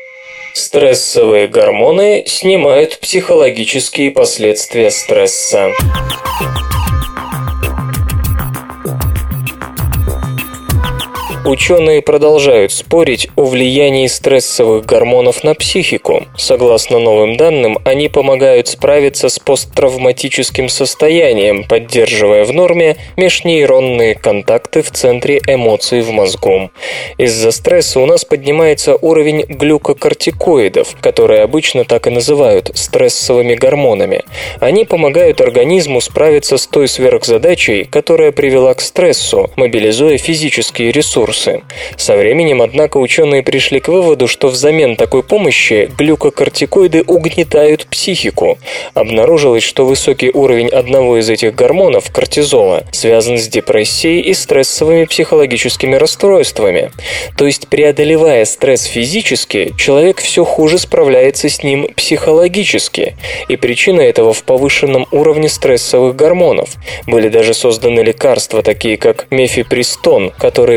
Стрессовые гормоны снимают психологические последствия стресса. Ученые продолжают спорить о влиянии стрессовых гормонов на психику. Согласно новым данным, они помогают справиться с посттравматическим состоянием, поддерживая в норме межнейронные контакты в центре эмоций в мозгу. Из-за стресса у нас поднимается уровень глюкокортикоидов, которые обычно так и называют стрессовыми гормонами. Они помогают организму справиться с той сверхзадачей, которая привела к стрессу, мобилизуя физические ресурсы. Со временем, однако, ученые пришли к выводу, что взамен такой помощи глюкокортикоиды угнетают психику. Обнаружилось, что высокий уровень одного из этих гормонов, кортизола, связан с депрессией и стрессовыми психологическими расстройствами. То есть, преодолевая стресс физически, человек все хуже справляется с ним психологически. И причина этого в повышенном уровне стрессовых гормонов. Были даже созданы лекарства, такие как мефепристон, которые блокируют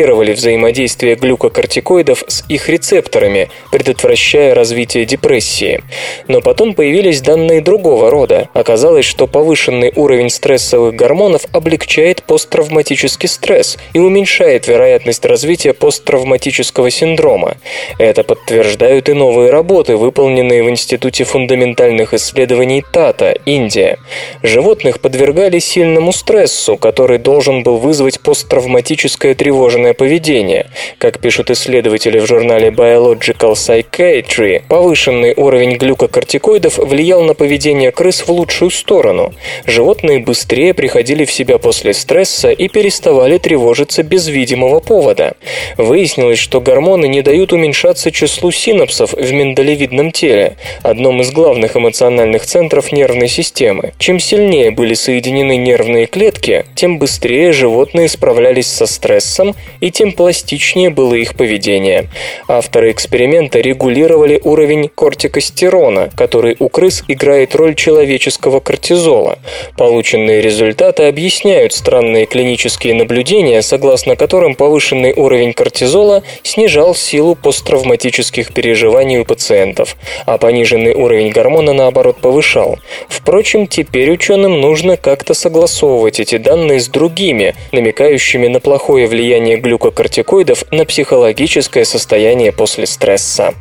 блокировали взаимодействие глюкокортикоидов с их рецепторами, предотвращая развитие депрессии. Но потом появились данные другого рода. Оказалось, что повышенный уровень стрессовых гормонов облегчает посттравматический стресс и уменьшает вероятность развития посттравматического синдрома. Это подтверждают и новые работы, выполненные в Институте фундаментальных исследований Тата, Индия. Животных подвергали сильному стрессу, который должен был вызвать посттравматическое тревожное поведение. Как пишут исследователи в журнале Biological Psychiatry, повышенный уровень глюкокортикоидов влиял на поведение крыс в лучшую сторону. Животные быстрее приходили в себя после стресса и переставали тревожиться без видимого повода. Выяснилось, что гормоны не дают уменьшаться числу синапсов в миндалевидном теле, одном из главных эмоциональных центров нервной системы. Чем сильнее были соединены нервные клетки, тем быстрее животные справлялись со стрессом и тем пластичнее было их поведение. Авторы эксперимента регулировали уровень кортикостерона, который у крыс играет роль человеческого кортизола. Полученные результаты объясняют странные клинические наблюдения, согласно которым повышенный уровень кортизола снижал силу посттравматических переживаний у пациентов, а пониженный уровень гормона, наоборот, повышал. Впрочем, теперь ученым нужно как-то согласовывать эти данные с другими, намекающими на плохое влияние глюкокортикоидов на психологическое состояние после стресса.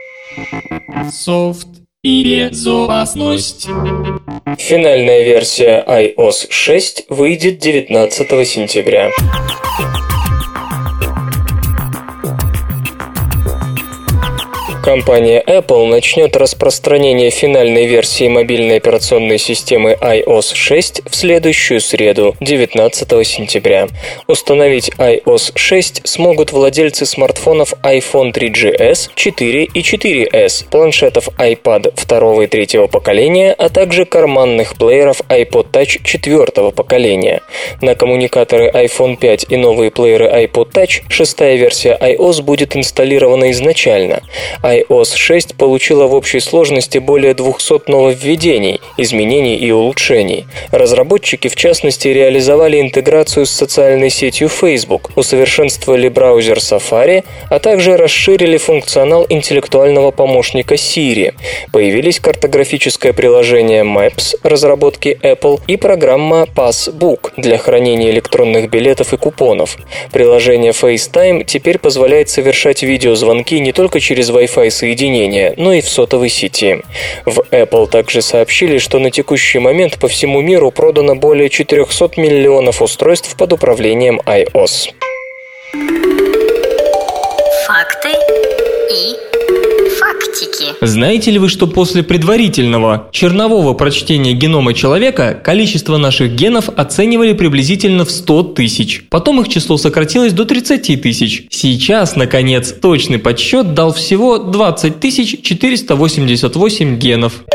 Софт и безопасность. Финальная версия iOS 6 выйдет 19 сентября. Компания Apple начнет распространение финальной версии мобильной операционной системы iOS 6 в следующую среду, 19 сентября. Установить iOS 6 смогут владельцы смартфонов iPhone 3GS, 4 и 4S, планшетов iPad 2 и 3 поколения, а также карманных плееров iPod Touch 4 поколения. На коммуникаторы iPhone 5 и новые плееры iPod Touch шестая версия iOS будет инсталлирована изначально. iOS 6 получила в общей сложности более 200 нововведений, изменений и улучшений. Разработчики, в частности, реализовали интеграцию с социальной сетью Facebook, усовершенствовали браузер Safari, а также расширили функционал интеллектуального помощника Siri. Появились картографическое приложение Maps разработки Apple и программа Passbook для хранения электронных билетов и купонов. Приложение FaceTime теперь позволяет совершать видеозвонки не только через Wi-Fi соединения, но и в сотовой сети. В Apple также сообщили, что на текущий момент по всему миру продано более 400 миллионов устройств под управлением iOS. Факты и фактики. Знаете ли вы, что после предварительного чернового прочтения генома человека количество наших генов оценивали приблизительно в 100 тысяч. Потом их число сократилось до 30 тысяч. Сейчас, наконец, точный подсчет дал всего 20 488 генов.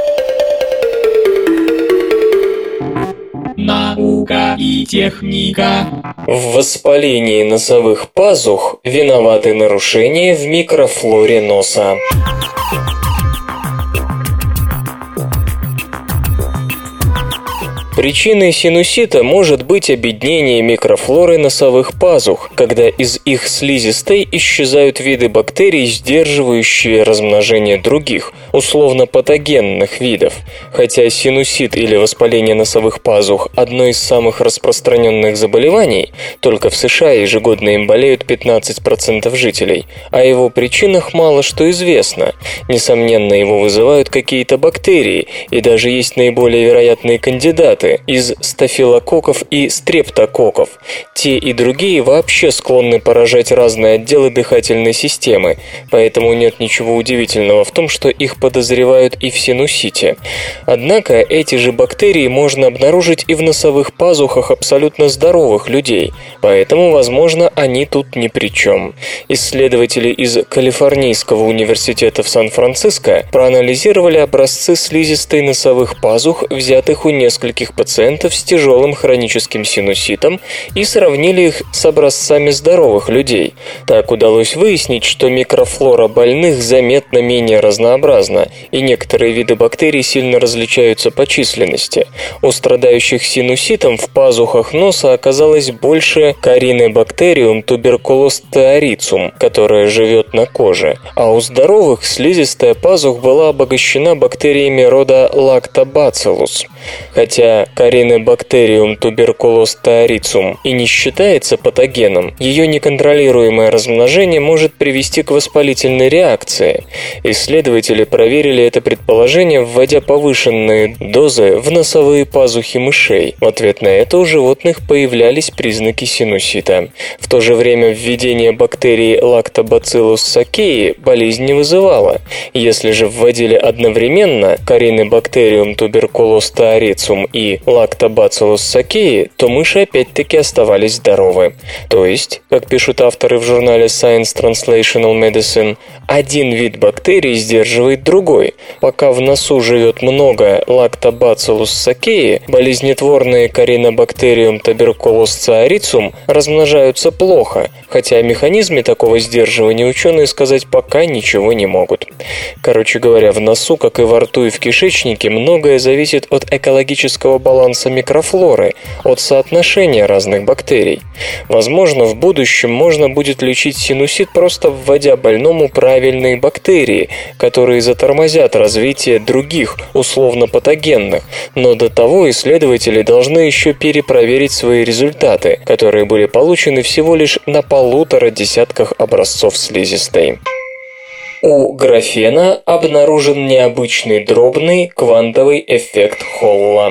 Наука и техника. В воспалении носовых пазух виноваты нарушения в микрофлоре носа. Причиной синусита может быть обеднение микрофлоры носовых пазух, когда из их слизистой исчезают виды бактерий, сдерживающие размножение других, условно патогенных видов. Хотя синусит или воспаление носовых пазух – одно из самых распространенных заболеваний, только в США ежегодно им болеют 15% жителей, о его причинах мало что известно. Несомненно, его вызывают какие-то бактерии, и даже есть наиболее вероятные кандидаты из стафилококков и стрептококков. Те и другие вообще склонны поражать разные отделы дыхательной системы, поэтому нет ничего удивительного в том, что их подозревают и в синусите. Однако эти же бактерии можно обнаружить и в носовых пазухах абсолютно здоровых людей, поэтому, возможно, они тут ни при чем. Исследователи из Калифорнийского университета в Сан-Франциско проанализировали образцы слизистой носовых пазух, взятых у нескольких пациентов с тяжелым хроническим синуситом и сравнили их с образцами здоровых людей. Так удалось выяснить, что микрофлора больных заметно менее разнообразна, и некоторые виды бактерий сильно различаются по численности. У страдающих синуситом в пазухах носа оказалось больше Corynebacterium tuberculosum, которая живет на коже, а у здоровых слизистая пазух была обогащена бактериями рода Lactobacillus. Хотя Corynebacterium tuberculosum и не считается патогеном, ее неконтролируемое размножение может привести к воспалительной реакции. Исследователи проверили это предположение, вводя повышенные дозы в носовые пазухи мышей. В ответ на это у животных появлялись признаки синусита. В то же время введение бактерии Lactobacillus sakei болезнь не вызывало. Если же вводили одновременно Corynebacterium tuberculosum и Lactobacillus sakei, то мыши опять-таки оставались здоровы. То есть, как пишут авторы в журнале Science Translational Medicine, один вид бактерий сдерживает другой. Пока в носу живет много Lactobacillus sakei, болезнетворные Corynebacterium tuberculosum размножаются плохо, хотя о механизме такого сдерживания ученые сказать пока ничего не могут. Короче говоря, в носу, как и во рту и в кишечнике, многое зависит от экологического баланса микрофлоры, от соотношения разных бактерий. Возможно, в будущем можно будет лечить синусит, просто вводя больному правильные бактерии, которые затормозят развитие других, условно-патогенных, но до того исследователи должны еще перепроверить свои результаты, которые были получены всего лишь на 1,5 десятках образцов слизистой. У графена обнаружен необычный дробный квантовый эффект Холла.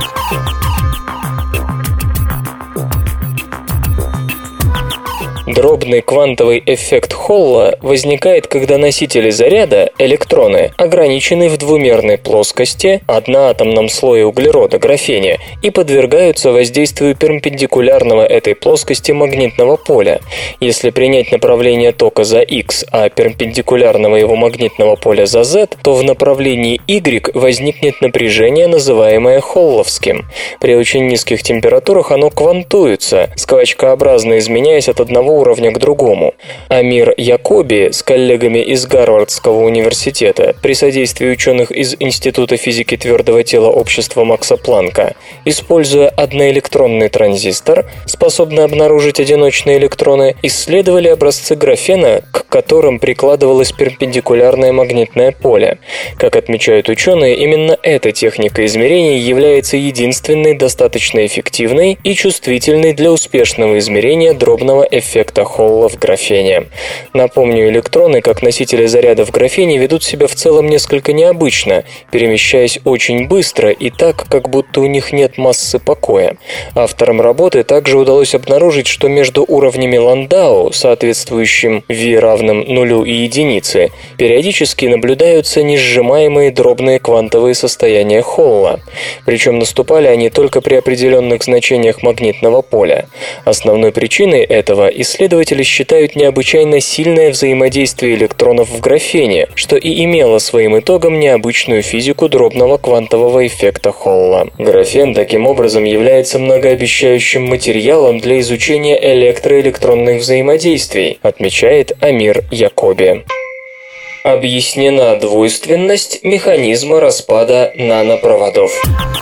Дробный квантовый эффект Холла возникает, когда носители заряда, электроны, ограничены в двумерной плоскости, одноатомном слое углерода, графене, и подвергаются воздействию перпендикулярного этой плоскости магнитного поля. Если принять направление тока за X, а перпендикулярного его магнитного поля за Z, то в направлении Y возникнет напряжение, называемое холловским. При очень низких температурах оно квантуется, сквачкообразно изменяясь от одного уровня к другому. Амир Якоби с коллегами из Гарвардского университета при содействии ученых из Института физики твердого тела общества Макса Планка, используя одноэлектронный транзистор, способный обнаружить одиночные электроны, исследовали образцы графена, к которым прикладывалось перпендикулярное магнитное поле. Как отмечают ученые, именно эта техника измерений является единственной достаточно эффективной и чувствительной для успешного измерения дробного эффекта Холла в графене. Напомню, электроны, как носители заряда в графене, ведут себя в целом несколько необычно, перемещаясь очень быстро и так, как будто у них нет массы покоя. Авторам работы также удалось обнаружить, что между уровнями Ландау, соответствующим V равным нулю и единице, периодически наблюдаются несжимаемые дробные квантовые состояния Холла. Причем наступали они только при определенных значениях магнитного поля. Основной причиной этого исследователи считают необычайно сильное взаимодействие электронов в графене, что и имело своим итогом необычную физику дробного квантового эффекта Холла. Графен таким образом является многообещающим материалом для изучения электроэлектронных взаимодействий, отмечает Амир Якоби. Объяснена двойственность механизма распада нанопроводов.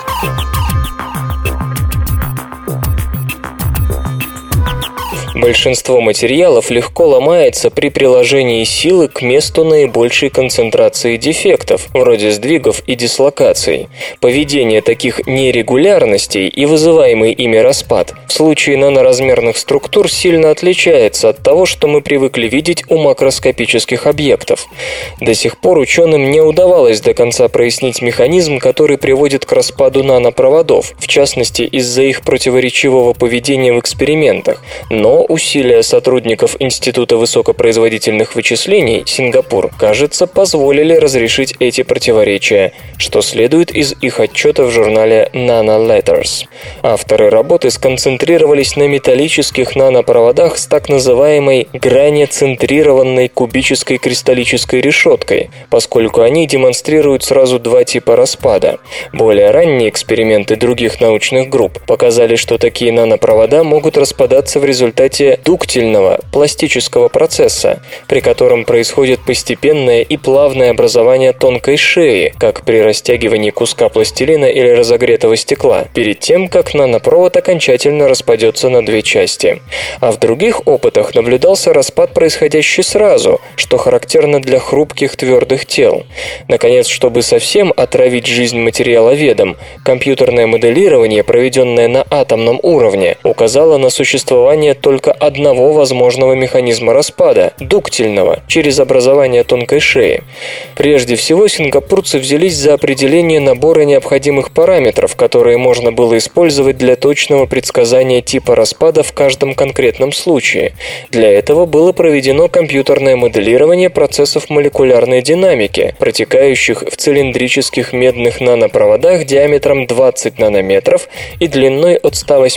Большинство материалов легко ломается при приложении силы к месту наибольшей концентрации дефектов, вроде сдвигов и дислокаций. Поведение таких нерегулярностей и вызываемый ими распад в случае наноразмерных структур сильно отличается от того, что мы привыкли видеть у макроскопических объектов. До сих пор ученым не удавалось до конца прояснить механизм, который приводит к распаду нанопроводов, в частности из-за их противоречивого поведения в экспериментах, но усилия сотрудников Института высокопроизводительных вычислений Сингапур, кажется, позволили разрешить эти противоречия, что следует из их отчета в журнале Nanoletters. Авторы работы сконцентрировались на металлических нанопроводах с так называемой гранецентрированной кубической кристаллической решеткой, поскольку они демонстрируют сразу два типа распада. Более ранние эксперименты других научных групп показали, что такие нанопровода могут распадаться в результате дуктильного, пластического процесса, при котором происходит постепенное и плавное образование тонкой шеи, как при растягивании куска пластилина или разогретого стекла, перед тем, как нанопровод окончательно распадется на две части. А в других опытах наблюдался распад, происходящий сразу, что характерно для хрупких твердых тел. Наконец, чтобы совсем отравить жизнь материаловедам, компьютерное моделирование, проведенное на атомном уровне, указало на существование только одного возможного механизма распада – дуктильного, через образование тонкой шеи. Прежде всего, сингапурцы взялись за определение набора необходимых параметров, которые можно было использовать для точного предсказания типа распада в каждом конкретном случае. Для этого было проведено компьютерное моделирование процессов молекулярной динамики, протекающих в цилиндрических медных нанопроводах диаметром 20 нанометров и длиной от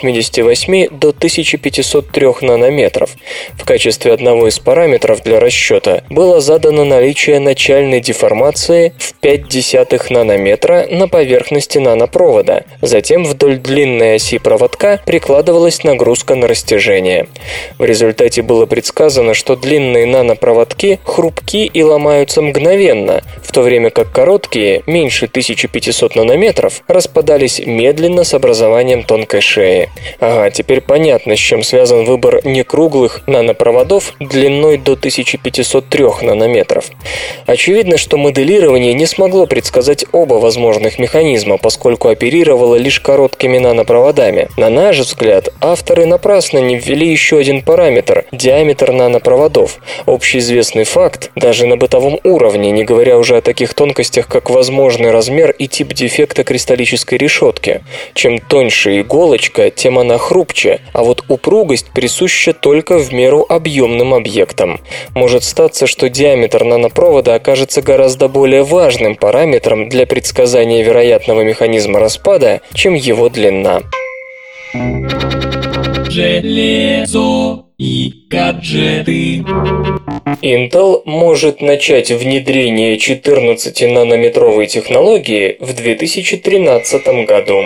188 до 1503 нанометров. В качестве одного из параметров для расчета было задано наличие начальной деформации в 0,5 нанометра на поверхности нанопровода. Затем вдоль длинной оси проводка прикладывалась нагрузка на растяжение. В результате было предсказано, что длинные нанопроводки хрупки и ломаются мгновенно, в то время как короткие, меньше 1500 нанометров, распадались медленно с образованием тонкой шеи. Ага, теперь понятно, с чем связан выбор некруглых нанопроводов длиной до 1503 нанометров. Очевидно, что моделирование не смогло предсказать оба возможных механизма, поскольку оперировало лишь короткими нанопроводами. На наш взгляд, авторы напрасно не ввели еще один параметр – диаметр нанопроводов. Общеизвестный факт, даже на бытовом уровне, не говоря уже о таких тонкостях, как возможный размер и тип дефекта кристаллической решетки. Чем тоньше иголочка, тем она хрупче, а вот упругость присуща только в меру объемным объектам. Может статься, что диаметр нанопровода окажется гораздо более важным параметром для предсказания вероятного механизма распада, чем его длина. Железо и гаджеты. Intel может начать внедрение 14-нанометровой технологии в 2013 году.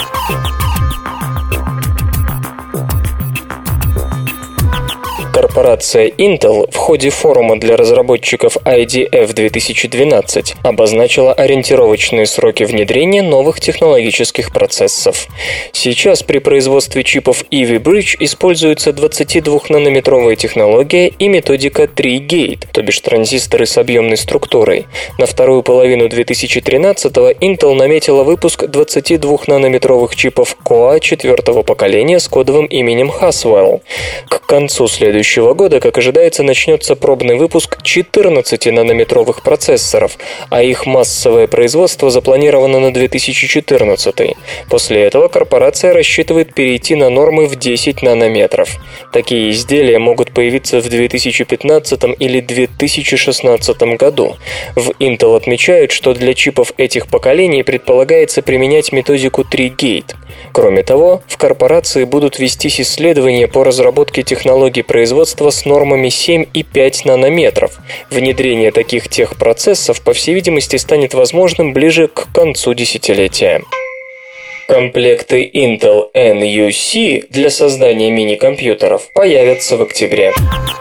Корпорация Intel в ходе форума для разработчиков IDF 2012 обозначила ориентировочные сроки внедрения новых технологических процессов. Сейчас при производстве чипов Ivy Bridge используется 22-нанометровая технология и методика 3-gate, то бишь транзисторы с объемной структурой. На вторую половину 2013-го Intel наметила выпуск 22-нанометровых чипов Core 4-го поколения с кодовым именем Haswell. К концу следующего года, как ожидается, начнется пробный выпуск 14-нанометровых процессоров, а их массовое производство запланировано на 2014. После этого корпорация рассчитывает перейти на нормы в 10 нанометров. Такие изделия могут появиться в 2015 или 2016 году. В Intel отмечают, что для чипов этих поколений предполагается применять методику 3-gate. Кроме того, в корпорации будут вестись исследования по разработке технологий производства с нормами 7 и 5 нанометров. Внедрение таких техпроцессов, по всей видимости, станет возможным ближе к концу десятилетия. Комплекты Intel NUC для создания мини-компьютеров появятся в октябре.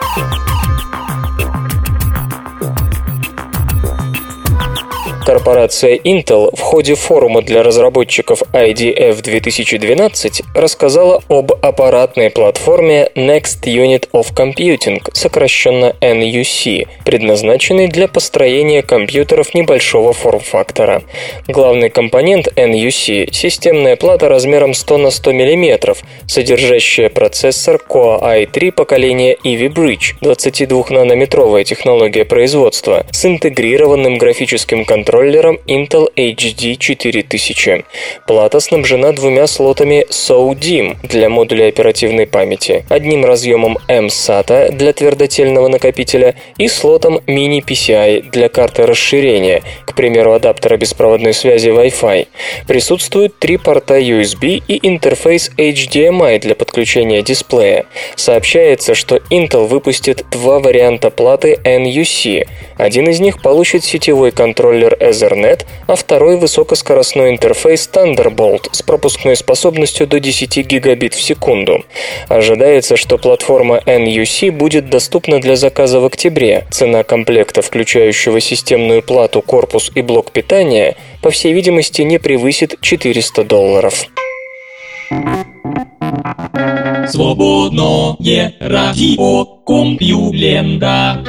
Корпорация Intel в ходе форума для разработчиков IDF 2012 рассказала об аппаратной платформе Next Unit of Computing, сокращенно NUC, предназначенной для построения компьютеров небольшого форм-фактора. Главный компонент NUC – системная плата размером 100 на 100 мм, содержащая процессор Core i3 поколения Ivy Bridge, 22-нанометровая технология производства, с интегрированным графическим контролем контроллером Intel HD 4000. Плата снабжена двумя слотами SO-DIMM для модуля оперативной памяти, одним разъемом M-SATA для твердотельного накопителя и слотом Mini-PCI для карты расширения, к примеру, адаптера беспроводной связи Wi-Fi. Присутствуют 3 порта USB и интерфейс HDMI для подключения дисплея. Сообщается, что Intel выпустит 2 варианта платы NUC. Один из них получит сетевой контроллер Ethernet, а второй — высокоскоростной интерфейс Thunderbolt с пропускной способностью до 10 гигабит в секунду. Ожидается, что платформа NUC будет доступна для заказа в октябре. Цена комплекта, включающего системную плату, корпус и блок питания, по всей видимости, не превысит $400. Свободное радио Компьюлента.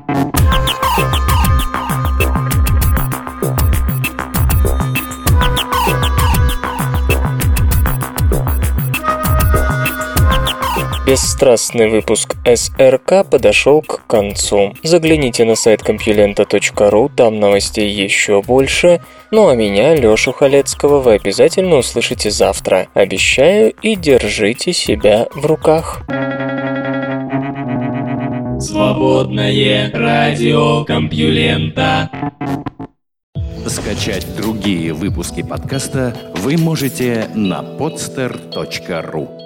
Бесстрастный выпуск СРК подошел к концу. Загляните на сайт compulenta.ru, там новостей еще больше. Ну а меня, Лешу Халецкого, вы обязательно услышите завтра. Обещаю, и держите себя в руках. Свободное радио Компьюлента. Скачать другие выпуски подкаста вы можете на podster.ru.